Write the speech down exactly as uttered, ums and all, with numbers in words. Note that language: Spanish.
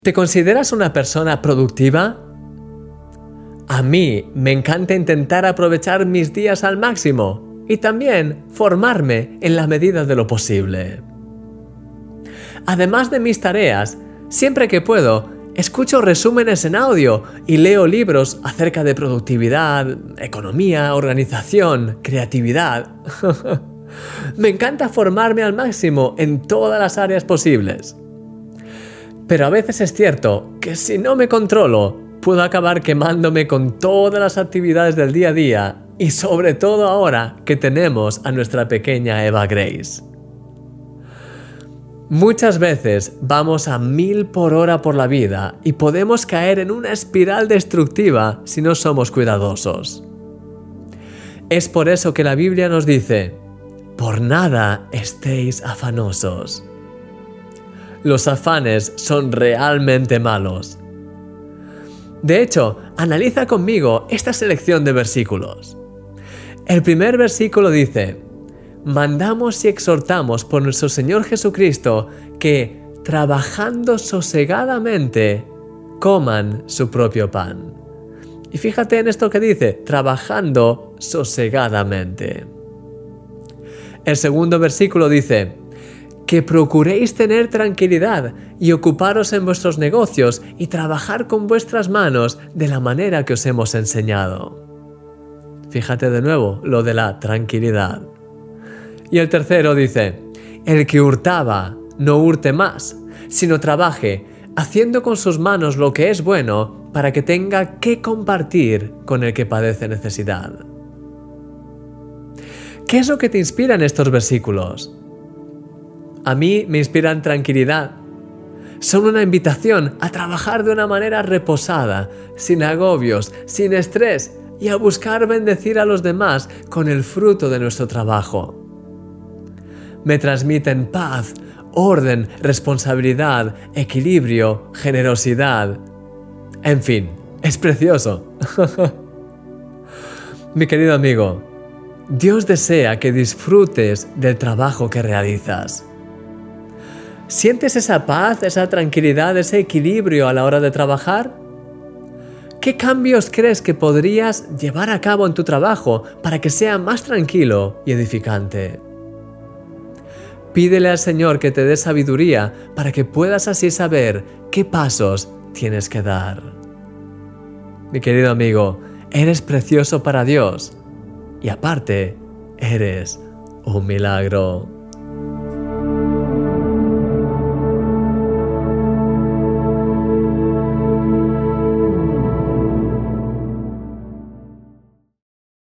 ¿Te consideras una persona productiva? A mí me encanta intentar aprovechar mis días al máximo y también formarme en la medida de lo posible. Además de mis tareas, siempre que puedo, escucho resúmenes en audio y leo libros acerca de productividad, economía, organización, creatividad. Me encanta formarme al máximo en todas las áreas posibles. Pero a veces es cierto que si no me controlo, puedo acabar quemándome con todas las actividades del día a día y sobre todo ahora que tenemos a nuestra pequeña Eva Grace. Muchas veces vamos a mil por hora por la vida y podemos caer en una espiral destructiva si no somos cuidadosos. Es por eso que la Biblia nos dice: por nada estéis afanosos. Los afanes son realmente malos. De hecho, analiza conmigo esta selección de versículos. El primer versículo dice: mandamos y exhortamos por nuestro Señor Jesucristo que, trabajando sosegadamente, coman su propio pan. Y fíjate en esto que dice: trabajando sosegadamente. El segundo versículo dice: que procuréis tener tranquilidad y ocuparos en vuestros negocios y trabajar con vuestras manos de la manera que os hemos enseñado. Fíjate de nuevo lo de la tranquilidad. Y el tercero dice: el que hurtaba, no hurte más, sino trabaje, haciendo con sus manos lo que es bueno, para que tenga que compartir con el que padece necesidad. ¿Qué es lo que te inspira en estos versículos? A mí me inspiran tranquilidad. Son una invitación a trabajar de una manera reposada, sin agobios, sin estrés y a buscar bendecir a los demás con el fruto de nuestro trabajo. Me transmiten paz, orden, responsabilidad, equilibrio, generosidad. En fin, es precioso. Mi querido amigo, Dios desea que disfrutes del trabajo que realizas. ¿Sientes esa paz, esa tranquilidad, ese equilibrio a la hora de trabajar? ¿Qué cambios crees que podrías llevar a cabo en tu trabajo para que sea más tranquilo y edificante? Pídele al Señor que te dé sabiduría para que puedas así saber qué pasos tienes que dar. Mi querido amigo, eres precioso para Dios y aparte, eres un milagro.